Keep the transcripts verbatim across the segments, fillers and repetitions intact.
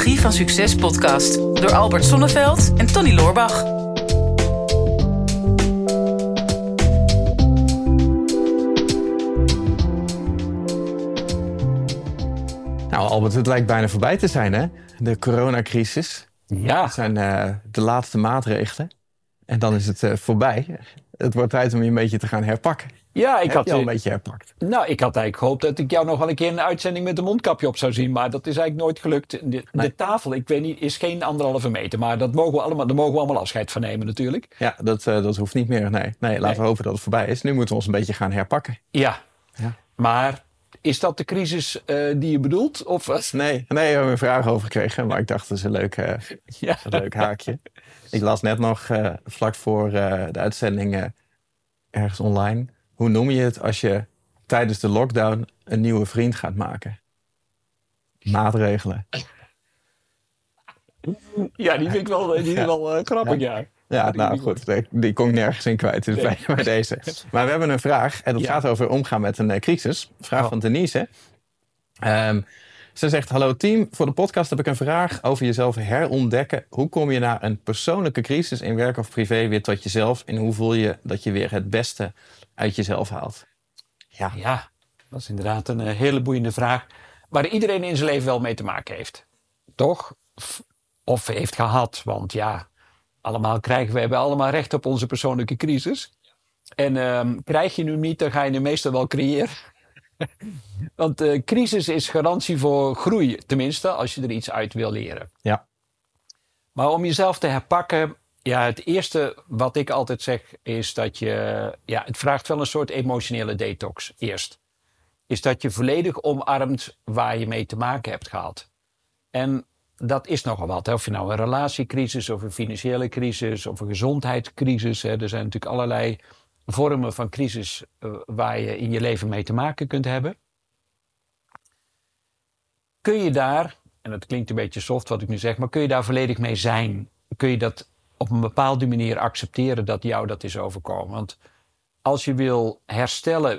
Psychologie van Succes podcast door Albert Sonneveld en Tony Loorbach. Nou Albert, het lijkt bijna voorbij te zijn hè, de coronacrisis. Ja. Het zijn uh, de laatste maatregelen en dan is het uh, voorbij. Het wordt tijd om je een beetje te gaan herpakken. Ja, ik Heb had je al een beetje herpakt. Nou, ik had eigenlijk gehoopt dat ik jou nog wel een keer een uitzending met een mondkapje op zou zien. Maar dat is eigenlijk nooit gelukt. De, de Nee. tafel, ik weet niet, is geen anderhalve meter. Maar dat mogen we allemaal, daar mogen we allemaal afscheid van nemen natuurlijk. Ja, dat, uh, dat hoeft niet meer. Nee, nee laten Nee. we hopen dat het voorbij is. Nu moeten we ons een beetje gaan herpakken. Ja, Ja. maar is dat de crisis uh, die je bedoelt? Of, uh, Nee, nee, we hebben een vraag over gekregen. Maar ik dacht, dat is een leuk, uh, ja. een leuk haakje. Ik las net nog, uh, vlak voor uh, de uitzending uh, ergens online. Hoe noem je het als je tijdens de lockdown een nieuwe vriend gaat maken? Maatregelen. Ja, die vind ik wel, die vind ik wel uh, grappig, ja. ja. Ja, die, nou die goed, die, die kon ik nergens in kwijt dus bij, bij deze. Maar we hebben een vraag en dat Ja. gaat over omgaan met een uh, crisis. Vraag Oh. van Denise. Um, ze zegt, hallo team, voor de podcast heb ik een vraag over jezelf herontdekken. Hoe kom je na een persoonlijke crisis in werk of privé weer tot jezelf? En hoe voel je dat je weer het beste uit jezelf haalt? Ja, Ja, dat is inderdaad een uh, hele boeiende vraag. Waar iedereen in zijn leven wel mee te maken heeft. Toch? F- Of heeft gehad. Want ja, allemaal krijgen we hebben allemaal recht op onze persoonlijke crisis. En um, krijg je nu niet, dan ga je hem meestal wel creëren. Want uh, crisis is garantie voor groei. Tenminste, als je er iets uit wil leren. Ja. Maar om jezelf te herpakken. Ja, het eerste wat ik altijd zeg is dat je... Ja, het vraagt wel een soort emotionele detox eerst. Is dat je volledig omarmt waar je mee te maken hebt gehad. En dat is nogal wat. Hè? Of je nou een relatiecrisis of een financiële crisis of een gezondheidscrisis. Hè? Er zijn natuurlijk allerlei vormen van crisis uh, waar je in je leven mee te maken kunt hebben. Kun je daar, en dat klinkt een beetje soft wat ik nu zeg, maar kun je daar volledig mee zijn? Kun je dat op een bepaalde manier accepteren dat jou dat is overkomen? Want als je wil herstellen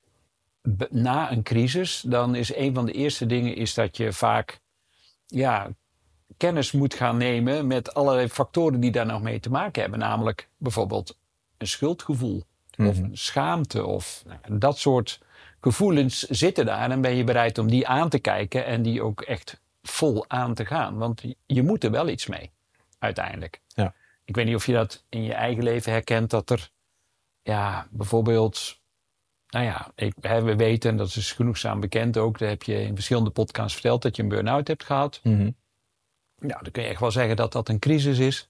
na een crisis, dan is een van de eerste dingen is dat je vaak ja, kennis moet gaan nemen met allerlei factoren die daar nog mee te maken hebben. Namelijk bijvoorbeeld een schuldgevoel mm-hmm. of een schaamte of nou, dat soort gevoelens zitten daar. En ben je bereid om die aan te kijken en die ook echt vol aan te gaan. Want je moet er wel iets mee, uiteindelijk. Ja. Ik weet niet of je dat in je eigen leven herkent, dat er ja, bijvoorbeeld... Nou ja, ik, hè, we weten, en dat is genoegzaam bekend ook, dat heb je in verschillende podcasts verteld, dat je een burn-out hebt gehad. Mm-hmm. Nou, dan kun je echt wel zeggen dat dat een crisis is.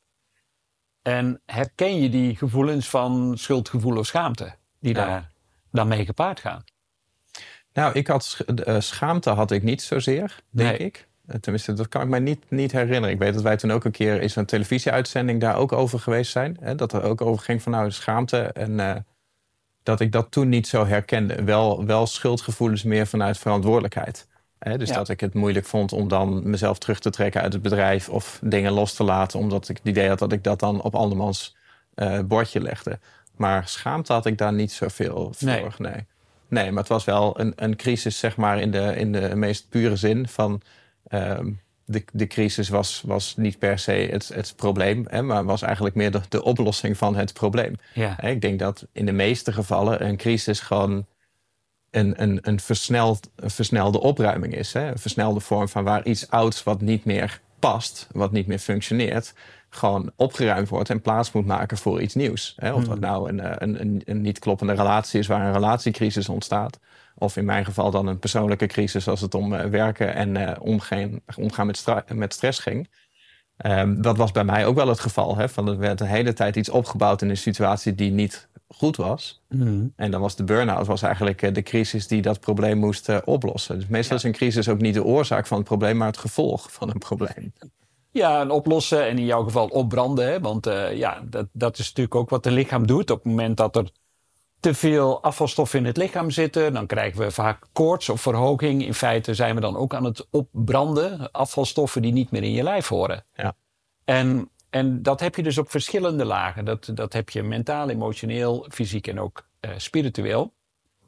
En herken je die gevoelens van schuldgevoel of schaamte, die ja. daar dan mee gepaard gaan? Nou, ik had uh, schaamte had ik niet zozeer, denk Nee. ik. Uh, tenminste, dat kan ik me niet, niet herinneren. Ik weet dat wij toen ook een keer in zo'n televisieuitzending daar ook over geweest zijn. Hè? Dat er ook over ging van nou, schaamte en... Uh, dat ik dat toen niet zo herkende. Wel, wel schuldgevoelens meer vanuit verantwoordelijkheid. He, dus ja. dat ik het moeilijk vond om dan mezelf terug te trekken uit het bedrijf... of dingen los te laten, omdat ik het idee had dat ik dat dan op andermans uh, bordje legde. Maar schaamte had ik daar niet zoveel voor. Nee, nee. nee, maar het was wel een, een crisis, zeg maar, in de, in de meest pure zin van... Um, De, de crisis was, was niet per se het, het probleem, hè, maar was eigenlijk meer de, de oplossing van het probleem. Ja. Ik denk dat in de meeste gevallen een crisis gewoon een, een, een, versneld, een versnelde opruiming is. Hè? Een versnelde vorm van waar iets ouds wat niet meer past, wat niet meer functioneert, gewoon opgeruimd wordt en plaats moet maken voor iets nieuws. Hè? Of dat nou een, een, een, een niet kloppende relatie is waar een relatiecrisis ontstaat. Of in mijn geval dan een persoonlijke crisis als het om uh, werken en uh, omgaan, omgaan met, stra- met stress ging. Um, dat was bij mij ook wel het geval. Hè? Van er werd de hele tijd iets opgebouwd in een situatie die niet goed was. Mm-hmm. En dan was de burn-out was eigenlijk uh, de crisis die dat probleem moest uh, oplossen. Dus meestal Ja. is een crisis ook niet de oorzaak van het probleem, maar het gevolg van een probleem. Ja, en oplossen en in jouw geval opbranden. Hè? Want uh, ja, dat, dat is natuurlijk ook wat het lichaam doet. Op het moment dat er te veel afvalstoffen in het lichaam zitten, dan krijgen we vaak koorts of verhoging. In feite zijn we dan ook aan het opbranden. Afvalstoffen die niet meer in je lijf horen. Ja. En, en dat heb je dus op verschillende lagen. Dat, dat heb je mentaal, emotioneel, fysiek en ook uh, spiritueel.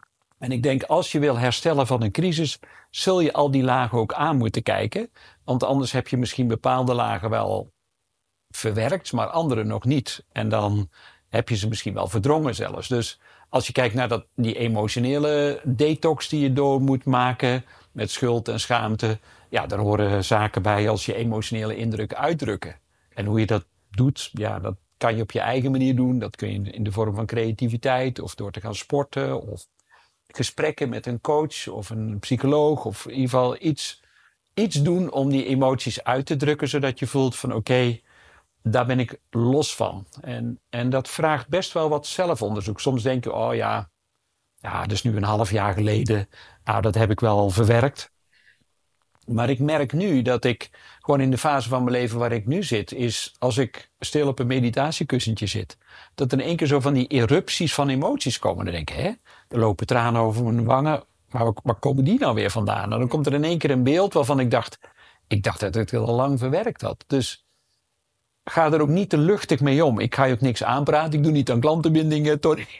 En ik denk, als je wil herstellen van een crisis, zul je al die lagen ook aan moeten kijken. Want anders heb je misschien bepaalde lagen wel verwerkt, maar andere nog niet. En dan heb je ze misschien wel verdrongen zelfs. Dus als je kijkt naar dat, die emotionele detox die je door moet maken met schuld en schaamte. Ja, daar horen zaken bij als je emotionele indruk uitdrukken. En hoe je dat doet, ja, dat kan je op je eigen manier doen. Dat kun je in de vorm van creativiteit of door te gaan sporten of gesprekken met een coach of een psycholoog of in ieder geval iets, iets doen om die emoties uit te drukken, zodat je voelt van oké, okay, daar ben ik los van. En, en dat vraagt best wel wat zelfonderzoek. Soms denk je, oh ja, ja, dat is nu een half jaar geleden. Nou, dat heb ik wel verwerkt. Maar ik merk nu dat ik gewoon in de fase van mijn leven waar ik nu zit, is als ik stil op een meditatiekussentje zit, dat er in één keer zo van die erupties van emoties komen. Dan denk ik, hè, er lopen tranen over mijn wangen. Maar waar komen die nou weer vandaan? En dan komt er in één keer een beeld waarvan ik dacht, ik dacht dat ik het al lang verwerkt had. Dus ga er ook niet te luchtig mee om. Ik ga je ook niks aanpraten. Ik doe niet aan klantenbindingen.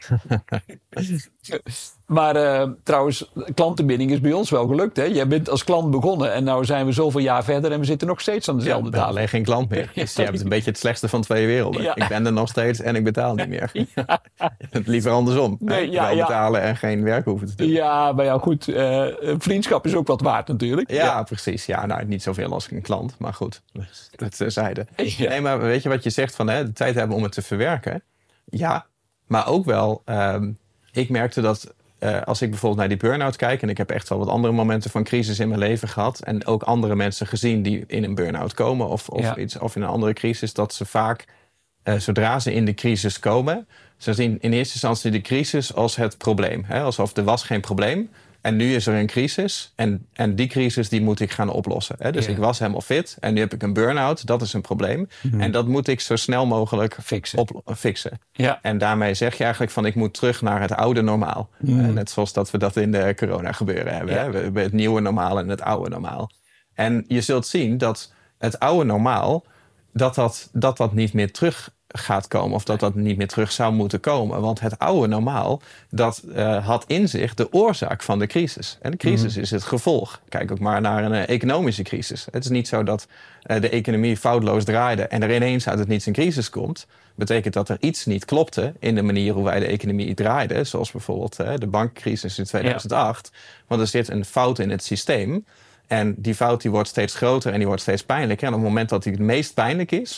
Maar uh, trouwens, klantenbinding is bij ons wel gelukt. Hè? Jij bent als klant begonnen en nu zijn we zoveel jaar verder en we zitten nog steeds aan dezelfde tafel. Ja, alleen geen klant meer. Dus je hebt een beetje het slechtste van twee werelden. Ja. Ik ben er nog steeds en ik betaal niet meer. Ja. Liever andersom. Nee, ja, wel ja. betalen en geen werk hoeven te doen. Ja, maar ja, goed. Uh, vriendschap is ook wat waard natuurlijk. Ja, ja. precies. Ja, nou, niet zoveel als een klant, maar goed. Dat terzijde. Ja. Nee, maar weet je wat je zegt van hè, de tijd hebben om het te verwerken? Ja, maar ook wel, um, ik merkte dat uh, als ik bijvoorbeeld naar die burn-out kijk, en ik heb echt wel wat andere momenten van crisis in mijn leven gehad en ook andere mensen gezien die in een burn-out komen of, of, ja. iets, of in een andere crisis, dat ze vaak, uh, zodra ze in de crisis komen, ze zien in eerste instantie de crisis als het probleem. Hè? Alsof er was geen probleem. En nu is er een crisis. En, en die crisis die moet ik gaan oplossen. Hè? Dus ja. ik was helemaal fit. En nu heb ik een burn-out. Dat is een probleem. Mm-hmm. En dat moet ik zo snel mogelijk fixen. Op, fixen. Ja. En daarmee zeg je eigenlijk van ik moet terug naar het oude normaal. Mm. Uh, net zoals dat we dat in de corona gebeuren hebben. Ja. Hè? We hebben het nieuwe normaal en het oude normaal. En je zult zien dat het oude normaal, dat dat, dat, dat niet meer terug gaat komen of dat dat niet meer terug zou moeten komen. Want het oude normaal, dat uh, had in zich de oorzaak van de crisis. En de crisis mm-hmm. is het gevolg. Kijk ook maar naar een uh, economische crisis. Het is niet zo dat uh, de economie foutloos draaide en er ineens uit het niets een crisis komt. Betekent dat er iets niet klopte in de manier hoe wij de economie draaiden. Zoals bijvoorbeeld uh, de bankcrisis in tweeduizend acht. Ja. Want er zit een fout in het systeem. En die fout die wordt steeds groter en die wordt steeds pijnlijker. En op het moment dat die het meest pijnlijk is,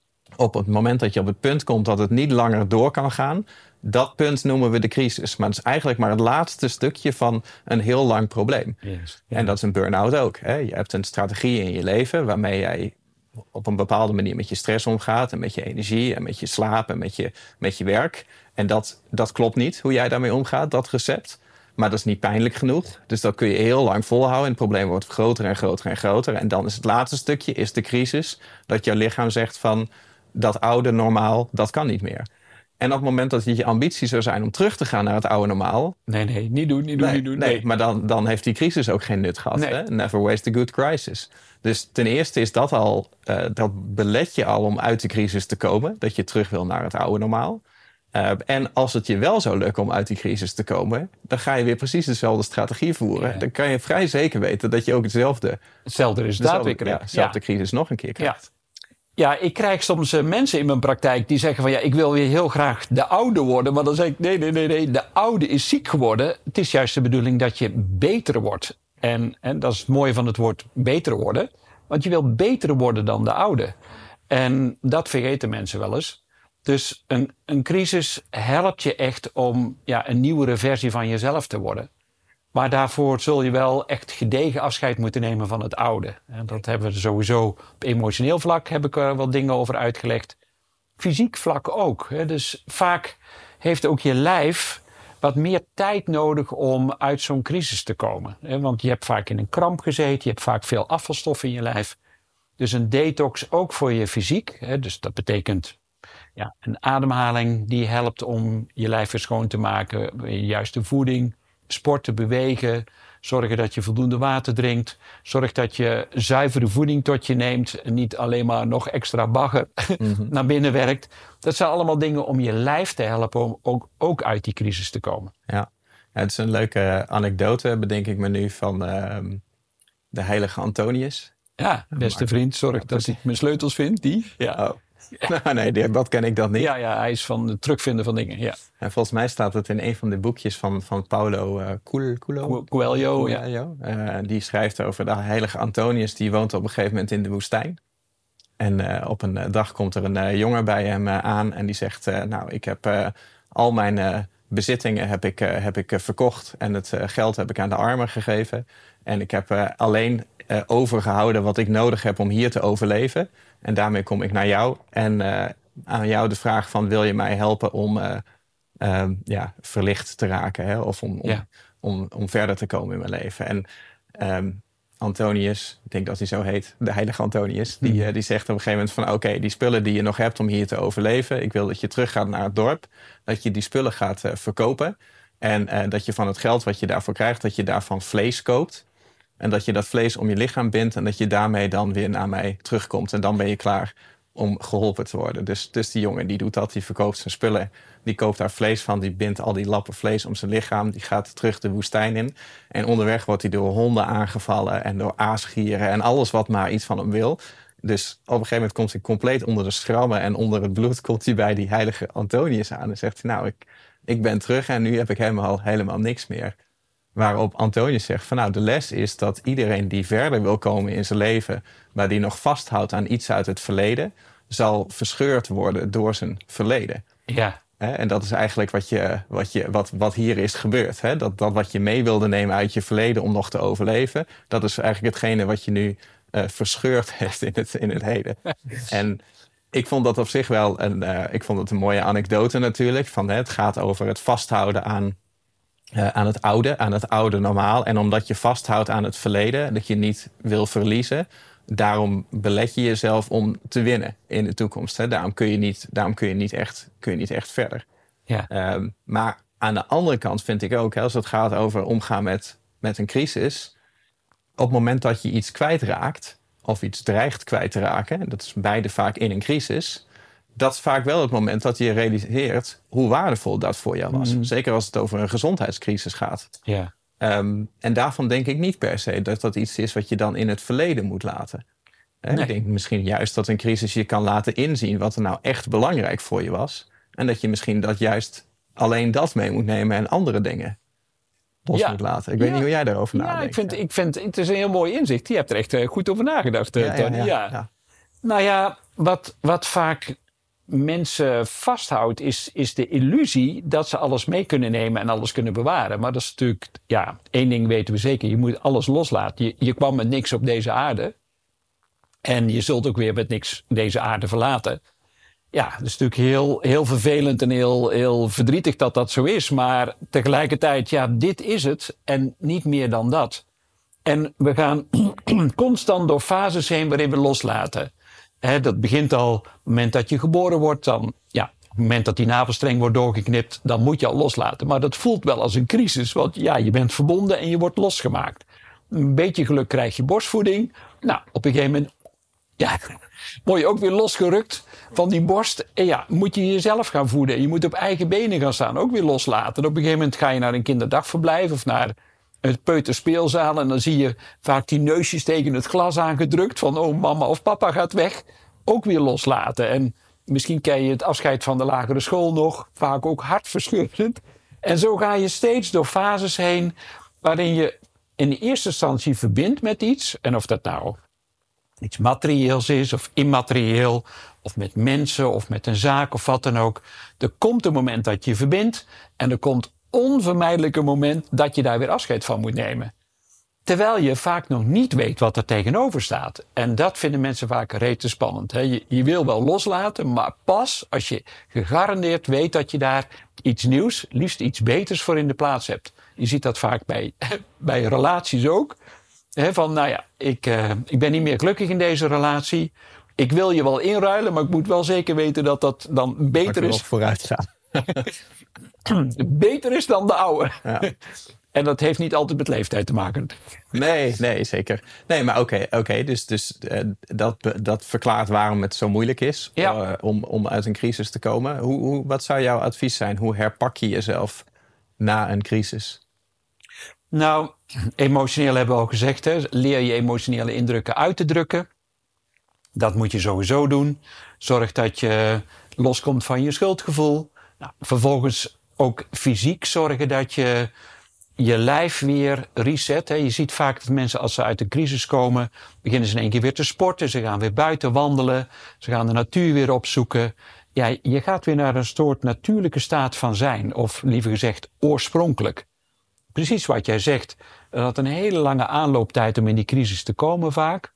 op het moment dat je op het punt komt dat het niet langer door kan gaan, dat punt noemen we de crisis. Maar het is eigenlijk maar het laatste stukje van een heel lang probleem. Yes, yeah. En dat is een burn-out ook. Hè? Je hebt een strategie in je leven waarmee jij op een bepaalde manier met je stress omgaat en met je energie en met je slaap en met je, met je werk. En dat, dat klopt niet, hoe jij daarmee omgaat, dat recept. Maar dat is niet pijnlijk genoeg. Dus dat kun je heel lang volhouden. En het probleem wordt groter en groter en groter. En dan is het laatste stukje, is de crisis, dat jouw lichaam zegt van dat oude normaal, dat kan niet meer. En op het moment dat het je ambitie zou zijn om terug te gaan naar het oude normaal. Nee, nee, niet doen, niet doen, nee, niet doen. Nee, nee. maar dan, dan heeft die crisis ook geen nut gehad. Nee. Hè? Never waste a good crisis. Dus ten eerste is dat al, uh, dat belet je al om uit de crisis te komen. Dat je terug wil naar het oude normaal. Uh, en als het je wel zou lukken om uit die crisis te komen, dan ga je weer precies dezelfde strategie voeren. Ja. Dan kan je vrij zeker weten dat je ook hetzelfde, hetzelfde resultaat weer krijgt. Ja, dezelfde ja. crisis nog een keer krijgt. Ja. Ja, ik krijg soms uh, mensen in mijn praktijk die zeggen van ja, ik wil weer heel graag de oude worden. Maar dan zeg ik nee, nee, nee, nee, de oude is ziek geworden. Het is juist de bedoeling dat je beter wordt. En, en dat is het mooie van het woord beter worden. Want je wil beter worden dan de oude. En dat vergeten mensen wel eens. Dus een, een crisis helpt je echt om ja, een nieuwere versie van jezelf te worden. Maar daarvoor zul je wel echt gedegen afscheid moeten nemen van het oude. En dat hebben we sowieso op emotioneel vlak, heb ik er wat dingen over uitgelegd. Fysiek vlak ook. Hè. Dus vaak heeft ook je lijf wat meer tijd nodig om uit zo'n crisis te komen. Hè. Want je hebt vaak in een kramp gezeten, je hebt vaak veel afvalstoffen in je lijf. Dus een detox ook voor je fysiek. Hè. Dus dat betekent ja, een ademhaling die helpt om je lijf weer schoon te maken. Juiste voeding. Sporten, bewegen, zorgen dat je voldoende water drinkt. Zorg dat je zuivere voeding tot je neemt. En niet alleen maar nog extra bagger mm-hmm. naar binnen werkt. Dat zijn allemaal dingen om je lijf te helpen om ook, ook uit die crisis te komen. Ja. Het is een leuke anekdote, bedenk ik me nu, van uh, de heilige Antonius. Ja, beste vriend, zorg dat ik mijn sleutels vind. Die? Ja. Oh. Nou, nee, die, dat ken ik dat niet. Ja, ja, hij is van het terugvinden van dingen. Ja. En volgens mij staat het in een van de boekjes van, van Paulo uh, Coelho. Coelho, Coelho ja. Uh, die schrijft over de heilige Antonius. Die woont op een gegeven moment in de woestijn. En uh, op een dag komt er een uh, jongen bij hem uh, aan. En die zegt, uh, nou, ik heb uh, al mijn uh, bezittingen heb ik, uh, heb ik uh, verkocht. En het uh, geld heb ik aan de armen gegeven. En ik heb uh, alleen uh, overgehouden wat ik nodig heb om hier te overleven. En daarmee kom ik naar jou. En uh, aan jou de vraag van, wil je mij helpen om uh, uh, ja, verlicht te raken? Hè? Of om, om, ja. om, om verder te komen in mijn leven. En um, Antonius, ik denk dat hij zo heet, de heilige Antonius, die, uh, die zegt op een gegeven moment van, oké, okay, die spullen die je nog hebt om hier te overleven, ik wil dat je teruggaat naar het dorp, dat je die spullen gaat uh, verkopen. En uh, dat je van het geld wat je daarvoor krijgt, dat je daarvan vlees koopt. En dat je dat vlees om je lichaam bindt en dat je daarmee dan weer naar mij terugkomt. En dan ben je klaar om geholpen te worden. Dus, dus die jongen die doet dat, die verkoopt zijn spullen. Die koopt daar vlees van, die bindt al die lappen vlees om zijn lichaam. Die gaat terug de woestijn in. En onderweg wordt hij door honden aangevallen en door aasgieren en alles wat maar iets van hem wil. Dus op een gegeven moment komt hij compleet onder de schrammen en onder het bloed komt hij bij die heilige Antonius aan. En zegt hij, nou, ik, ik ben terug en nu heb ik helemaal, helemaal niks meer. Waarop Antonius zegt van nou, de les is dat iedereen die verder wil komen in zijn leven, maar die nog vasthoudt aan iets uit het verleden, zal verscheurd worden door zijn verleden. Ja. En dat is eigenlijk wat, je, wat, je, wat, wat hier is gebeurd. Hè? Dat, dat wat je mee wilde nemen uit je verleden om nog te overleven, dat is eigenlijk hetgene wat je nu uh, verscheurd heeft in het, in het heden. En ik vond dat op zich wel een, uh, ik vond het een mooie anekdote natuurlijk. Van, hè, het gaat over het vasthouden aan Uh, aan het oude, aan het oude normaal. En omdat je vasthoudt aan het verleden, dat je niet wil verliezen, daarom belet je jezelf om te winnen in de toekomst. Hè? Daarom kun je niet, daarom kun je niet, echt, kun je niet echt verder. Ja. Um, maar aan de andere kant vind ik ook, hè, als het gaat over omgaan met, met een crisis, op het moment dat je iets kwijtraakt, of iets dreigt kwijt te raken, dat is beide vaak in een crisis, dat is vaak wel het moment dat je realiseert hoe waardevol dat voor jou was. Mm. Zeker als het over een gezondheidscrisis gaat. Ja. Um, en daarvan denk ik niet per se dat dat iets is wat je dan in het verleden moet laten. Nee. Ik denk misschien juist dat een crisis je kan laten inzien wat er nou echt belangrijk voor je was. En dat je misschien dat juist alleen dat mee moet nemen en andere dingen los ja. moet laten. Ik weet ja. niet hoe jij daarover ja, nadenkt. Ik vind, ik vind het is een heel mooi inzicht. Je hebt er echt goed over nagedacht, ja, Tony. Ja, ja, ja. ja. Nou ja, wat, wat vaak mensen vasthoudt, is, is de illusie dat ze alles mee kunnen nemen en alles kunnen bewaren. Maar dat is natuurlijk, ja, één ding weten we zeker. Je moet alles loslaten. Je, je kwam met niks op deze aarde. En je zult ook weer met niks deze aarde verlaten. Ja, dat is natuurlijk heel, heel vervelend en heel, heel verdrietig dat dat zo is. Maar tegelijkertijd, ja, dit is het en niet meer dan dat. En we gaan constant door fases heen waarin we loslaten. He, dat begint al op het moment dat je geboren wordt. Dan, ja, op het moment dat die navelstreng wordt doorgeknipt, dan moet je al loslaten. Maar dat voelt wel als een crisis. Want ja, je bent verbonden en je wordt losgemaakt. Een beetje geluk krijg je borstvoeding. Nou, op een gegeven moment ja, word je ook weer losgerukt van die borst. En ja, moet je jezelf gaan voeden. Je moet op eigen benen gaan staan, ook weer loslaten. En op een gegeven moment ga je naar een kinderdagverblijf of naar een peuterspeelzaal. En dan zie je vaak die neusjes tegen het glas aangedrukt. Van oh, mama of papa gaat weg. Ook weer loslaten. En misschien ken je het afscheid van de lagere school nog. Vaak ook hartverscheurend. En zo ga je steeds door fases heen waarin je in de eerste instantie verbindt met iets. En of dat nou iets materieels is of immaterieel, of met mensen of met een zaak of wat dan ook. Er komt een moment dat je verbindt en er komt onvermijdelijk een moment dat je daar weer afscheid van moet nemen. Terwijl je vaak nog niet weet wat er tegenover staat. En dat vinden mensen vaak rete spannend. Hè? Je, je wil wel loslaten, maar pas als je gegarandeerd weet dat je daar iets nieuws, liefst iets beters voor in de plaats hebt. Je ziet dat vaak bij, bij relaties ook. He, van, nou ja, ik, uh, ik ben niet meer gelukkig in deze relatie. Ik wil je wel inruilen, maar ik moet wel zeker weten dat dat dan beter is. Vooruit gaan. Beter is dan de oude. Ja. En dat heeft niet altijd met leeftijd te maken. Nee, nee, zeker. Nee, maar oké, okay, okay, dus, dus uh, dat, dat verklaart waarom het zo moeilijk is ja. uh, om, om uit een crisis te komen. Hoe, hoe, wat zou jouw advies zijn? Hoe herpak je jezelf na een crisis? Nou, emotioneel hebben we al gezegd. Hè? Leer je emotionele indrukken uit te drukken. Dat moet je sowieso doen. Zorg dat je loskomt van je schuldgevoel. Nou, vervolgens ook fysiek zorgen dat je je lijf weer reset. Hè. Je ziet vaak dat mensen als ze uit de crisis komen, beginnen ze in één keer weer te sporten. Ze gaan weer buiten wandelen. Ze gaan de natuur weer opzoeken. Ja, je gaat weer naar een soort natuurlijke staat van zijn. Of liever gezegd oorspronkelijk. Precies wat jij zegt. Er had een hele lange aanlooptijd om in die crisis te komen vaak.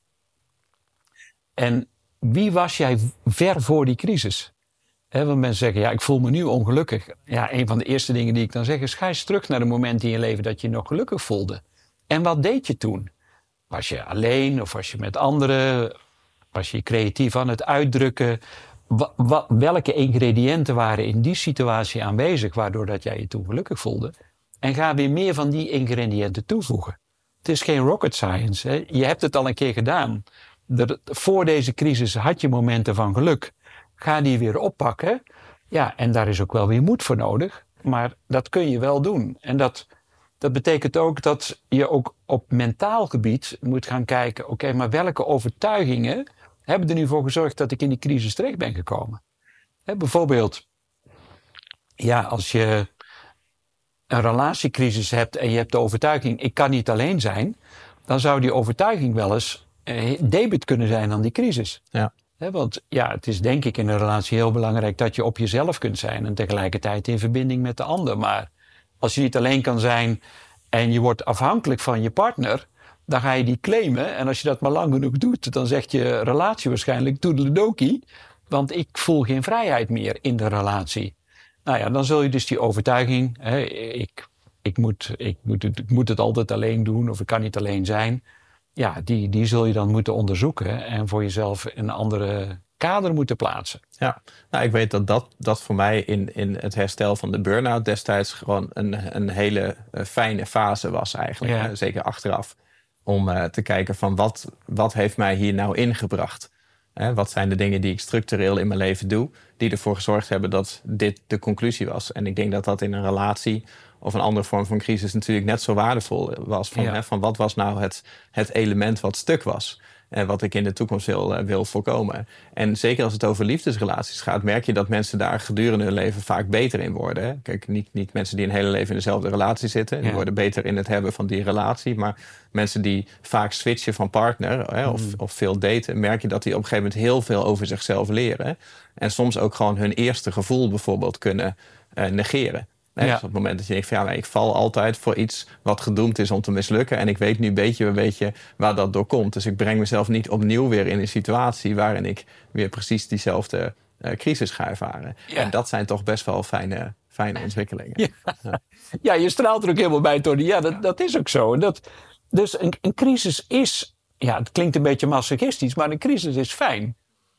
En wie was jij ver voor die crisis? He, want mensen zeggen, ja, ik voel me nu ongelukkig. Ja, een van de eerste dingen die ik dan zeg is, ga eens terug naar de momenten in je leven dat je je nog gelukkig voelde. En wat deed je toen? Was je alleen of was je met anderen? Was je creatief aan het uitdrukken? Wa- wa- welke ingrediënten waren in die situatie aanwezig waardoor dat jij je toen gelukkig voelde? En ga weer meer van die ingrediënten toevoegen. Het is geen rocket science. Hè? Je hebt het al een keer gedaan. De, voor deze crisis had je momenten van geluk. Ga die weer oppakken. Ja, en daar is ook wel weer moed voor nodig. Maar dat kun je wel doen. En dat, dat betekent ook dat je ook op mentaal gebied moet gaan kijken. Oké, okay, maar welke overtuigingen hebben er nu voor gezorgd dat ik in die crisis terecht ben gekomen? Hè, bijvoorbeeld, ja, als je een relatiecrisis hebt en je hebt de overtuiging, ik kan niet alleen zijn. Dan zou die overtuiging wel eens eh, debet kunnen zijn aan die crisis. Ja. He, want ja, het is denk ik in een relatie heel belangrijk dat je op jezelf kunt zijn en tegelijkertijd in verbinding met de ander. Maar als je niet alleen kan zijn en je wordt afhankelijk van je partner, dan ga je die claimen. En als je dat maar lang genoeg doet, dan zegt je relatie waarschijnlijk toedeledokie, want ik voel geen vrijheid meer in de relatie. Nou ja, dan zul je dus die overtuiging, hè, ik, ik, moet, ik, moet het, ik moet het altijd alleen doen of ik kan niet alleen zijn. Ja, die, die zul je dan moeten onderzoeken en voor jezelf een andere kader moeten plaatsen. Ja, nou, ik weet dat dat, dat voor mij in, in het herstel van de burn-out destijds gewoon een, een hele uh, fijne fase was eigenlijk. Ja. Hè? Zeker achteraf. Om uh, te kijken van wat, wat heeft mij hier nou ingebracht? Hè? Wat zijn de dingen die ik structureel in mijn leven doe, die ervoor gezorgd hebben dat dit de conclusie was? En ik denk dat dat in een relatie of een andere vorm van crisis natuurlijk net zo waardevol was. Van, Ja. hè, van wat was nou het, het element wat stuk was? En wat ik in de toekomst wil, uh, wil voorkomen. En zeker als het over liefdesrelaties gaat, merk je dat mensen daar gedurende hun leven vaak beter in worden. Hè? Kijk, niet, niet mensen die een hele leven in dezelfde relatie zitten. Die Ja. worden beter in het hebben van die relatie. Maar mensen die vaak switchen van partner, hè, of, Mm. of veel daten, merk je dat die op een gegeven moment heel veel over zichzelf leren. En soms ook gewoon hun eerste gevoel bijvoorbeeld kunnen uh, negeren. Nee, Ja. dus op het moment dat je denkt van ja, maar ik val altijd voor iets wat gedoemd is om te mislukken. En ik weet nu een beetje, een beetje waar dat door komt. Dus ik breng mezelf niet opnieuw weer in een situatie waarin ik weer precies diezelfde uh, crisis ga ervaren. Ja. En dat zijn toch best wel fijne, fijne ontwikkelingen. Ja. Ja. Ja, je straalt er ook helemaal bij, Tony. Ja, dat, dat is ook zo. En dat, dus een, een crisis is, ja, het klinkt een beetje masochistisch, maar een crisis is fijn.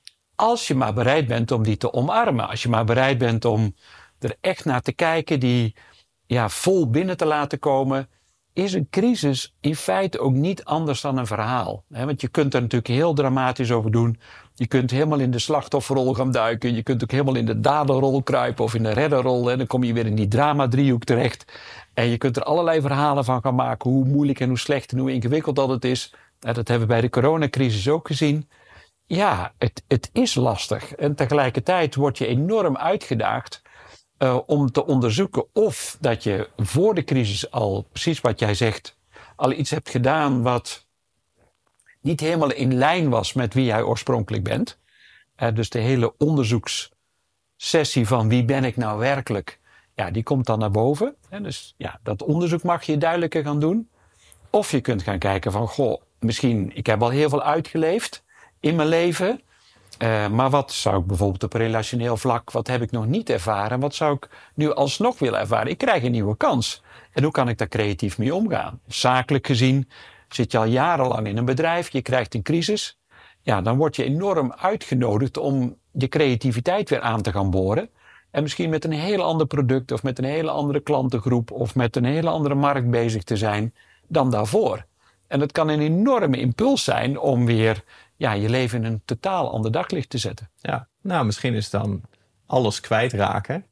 Als je maar bereid bent om die te omarmen. Als je maar bereid bent om er echt naar te kijken, die ja, vol binnen te laten komen, is een crisis in feite ook niet anders dan een verhaal. He, want je kunt er natuurlijk heel dramatisch over doen. Je kunt helemaal in de slachtofferrol gaan duiken. Je kunt ook helemaal in de daderrol kruipen of in de redderrol. En dan kom je weer in die drama-driehoek terecht. En je kunt er allerlei verhalen van gaan maken, hoe moeilijk en hoe slecht en hoe ingewikkeld dat het is. En dat hebben we bij de coronacrisis ook gezien. Ja, het, het is lastig. En tegelijkertijd word je enorm uitgedaagd Uh, om te onderzoeken of dat je voor de crisis al, precies wat jij zegt, al iets hebt gedaan wat niet helemaal in lijn was met wie jij oorspronkelijk bent. Uh, dus de hele onderzoekssessie van wie ben ik nou werkelijk, ja, die komt dan naar boven. Uh, dus ja, dat onderzoek mag je duidelijker gaan doen. Of je kunt gaan kijken van, goh, misschien, ik heb al heel veel uitgeleefd in mijn leven. Uh, maar wat zou ik bijvoorbeeld op relationeel vlak, wat heb ik nog niet ervaren? Wat zou ik nu alsnog willen ervaren? Ik krijg een nieuwe kans. En hoe kan ik daar creatief mee omgaan? Zakelijk gezien zit je al jarenlang in een bedrijf, je krijgt een crisis. Ja, dan word je enorm uitgenodigd om je creativiteit weer aan te gaan boren. En misschien met een heel ander product of met een hele andere klantengroep of met een hele andere markt bezig te zijn dan daarvoor. En dat kan een enorme impuls zijn om weer ja, je leven in een totaal ander daglicht te zetten. Ja, nou misschien is dan alles kwijtraken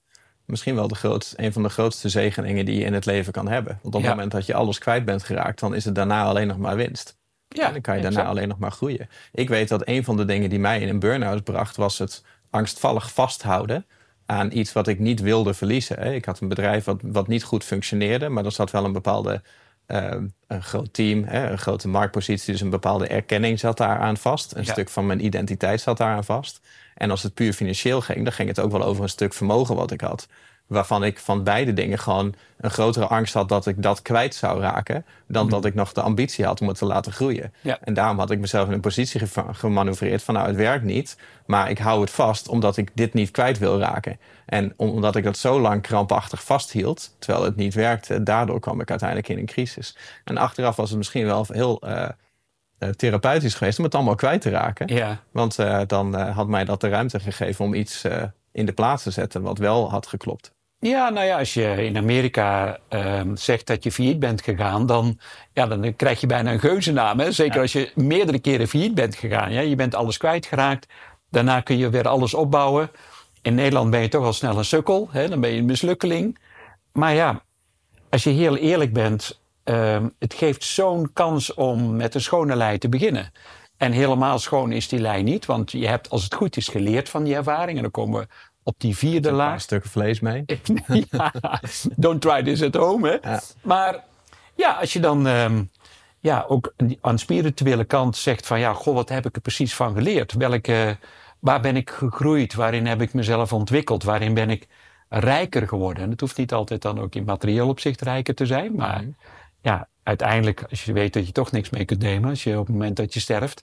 misschien wel de groot, een van de grootste zegeningen die je in het leven kan hebben. Want op het Ja. moment dat je alles kwijt bent geraakt, dan is het daarna alleen nog maar winst. Ja, en dan kan je daarna exact. alleen nog maar groeien. Ik weet dat een van de dingen die mij in een burn-out bracht, was het angstvallig vasthouden aan iets wat ik niet wilde verliezen. Ik had een bedrijf wat, wat niet goed functioneerde, maar er zat wel een bepaalde uh, een groot team, een grote marktpositie, dus een bepaalde erkenning zat daaraan vast. Een Ja. stuk van mijn identiteit zat daaraan vast. En als het puur financieel ging, dan ging het ook wel over een stuk vermogen wat ik had. Waarvan ik van beide dingen gewoon een grotere angst had dat ik dat kwijt zou raken, dan mm. dat ik nog de ambitie had om het te laten groeien. Ja. En daarom had ik mezelf in een positie geva- gemanoeuvreerd van nou, het werkt niet, maar ik hou het vast omdat ik dit niet kwijt wil raken. En omdat ik dat zo lang krampachtig vasthield, terwijl het niet werkte, daardoor kwam ik uiteindelijk in een crisis. En achteraf was het misschien wel heel uh, uh, therapeutisch geweest om het allemaal kwijt te raken. Ja. Want uh, dan uh, had mij dat de ruimte gegeven om iets uh, in de plaats te zetten wat wel had geklopt. Ja, nou ja, als je in Amerika uh, zegt dat je failliet bent gegaan, dan, ja, dan krijg je bijna een geuzennaam. Hè? Zeker ja. als je meerdere keren failliet bent gegaan. Ja? Je bent alles kwijtgeraakt. Daarna kun je weer alles opbouwen. In Nederland ben je toch al snel een sukkel. Hè? Dan ben je een mislukkeling. Maar ja, als je heel eerlijk bent, uh, het geeft zo'n kans om met een schone lei te beginnen. En helemaal schoon is die lei niet, want je hebt als het goed is geleerd van die ervaring. En dan komen we op die vierde laag. Een paar stukken vlees mee. Ja, don't try this at home. Hè? Ja. Maar ja, als je dan um, ja, ook aan de spirituele kant zegt van ja, goh, wat heb ik er precies van geleerd? Welke, waar ben ik gegroeid? Waarin heb ik mezelf ontwikkeld? Waarin ben ik rijker geworden? En het hoeft niet altijd dan ook in materieel opzicht rijker te zijn. Maar mm. ja, uiteindelijk, als je weet dat je toch niks mee kunt nemen, als je op het moment dat je sterft.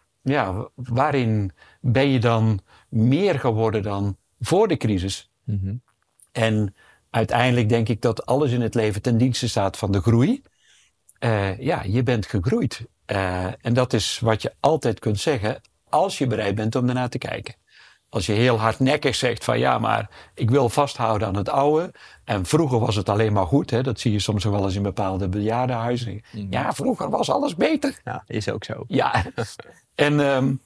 Ja, waarin ben je dan meer geworden dan voor de crisis? Mm-hmm. En uiteindelijk denk ik dat alles in het leven ten dienste staat van de groei. Uh, ja, je bent gegroeid. Uh, en dat is wat je altijd kunt zeggen als je bereid bent om ernaar te kijken. Als je heel hardnekkig zegt van ja, maar ik wil vasthouden aan het oude. En vroeger was het alleen maar goed. Hè? Dat zie je soms wel eens in bepaalde bejaardenhuizen. Mm-hmm. Ja, vroeger was alles beter. Ja, is ook zo. Ja, en um,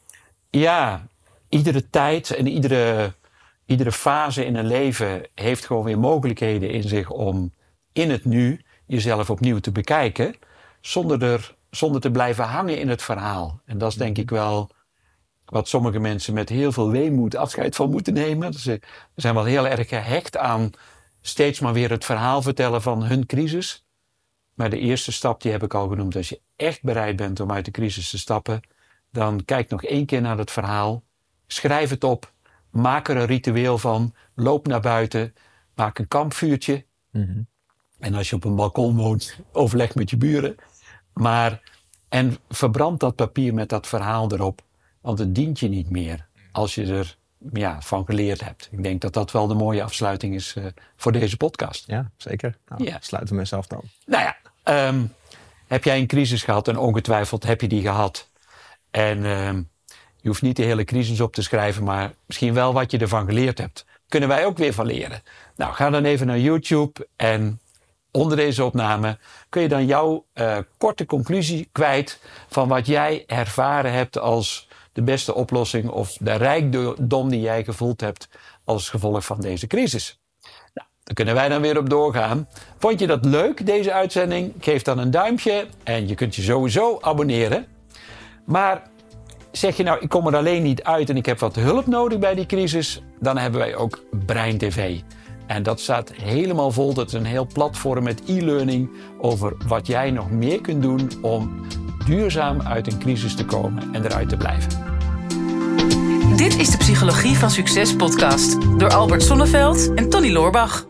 ja, iedere tijd en iedere... Iedere fase in een leven heeft gewoon weer mogelijkheden in zich om in het nu jezelf opnieuw te bekijken. Zonder, er, zonder te blijven hangen in het verhaal. En dat is denk ik wel wat sommige mensen met heel veel weemoed afscheid van moeten nemen. Ze zijn wel heel erg gehecht aan steeds maar weer het verhaal vertellen van hun crisis. Maar de eerste stap die heb ik al genoemd. Als je echt bereid bent om uit de crisis te stappen, dan kijk nog één keer naar het verhaal. Schrijf het op. Maak er een ritueel van. Loop naar buiten. Maak een kampvuurtje. Mm-hmm. En als je op een balkon woont, overleg met je buren. Maar, en verbrand dat papier met dat verhaal erop. Want het dient je niet meer als je er ja, van geleerd hebt. Ik denk dat dat wel de mooie afsluiting is uh, voor deze podcast. Ja, zeker. Nou, ja. Sluiten we mezelf dan. Nou ja, um, heb jij een crisis gehad? En ongetwijfeld heb je die gehad. En... Um, Je hoeft niet de hele crisis op te schrijven, maar misschien wel wat je ervan geleerd hebt. Kunnen wij ook weer van leren. Nou, ga dan even naar YouTube en onder deze opname kun je dan jouw uh, korte conclusie kwijt van wat jij ervaren hebt als de beste oplossing of de rijkdom die jij gevoeld hebt als gevolg van deze crisis. Nou, daar kunnen wij dan weer op doorgaan. Vond je dat leuk, deze uitzending? Geef dan een duimpje en je kunt je sowieso abonneren. Maar... Zeg je nou, ik kom er alleen niet uit en ik heb wat hulp nodig bij die crisis, dan hebben wij ook Brein T V. En dat staat helemaal vol. Dat is een heel platform met e-learning over wat jij nog meer kunt doen om duurzaam uit een crisis te komen en eruit te blijven. Dit is de Psychologie van Succes podcast door Albert Sonneveld en Tony Loorbach.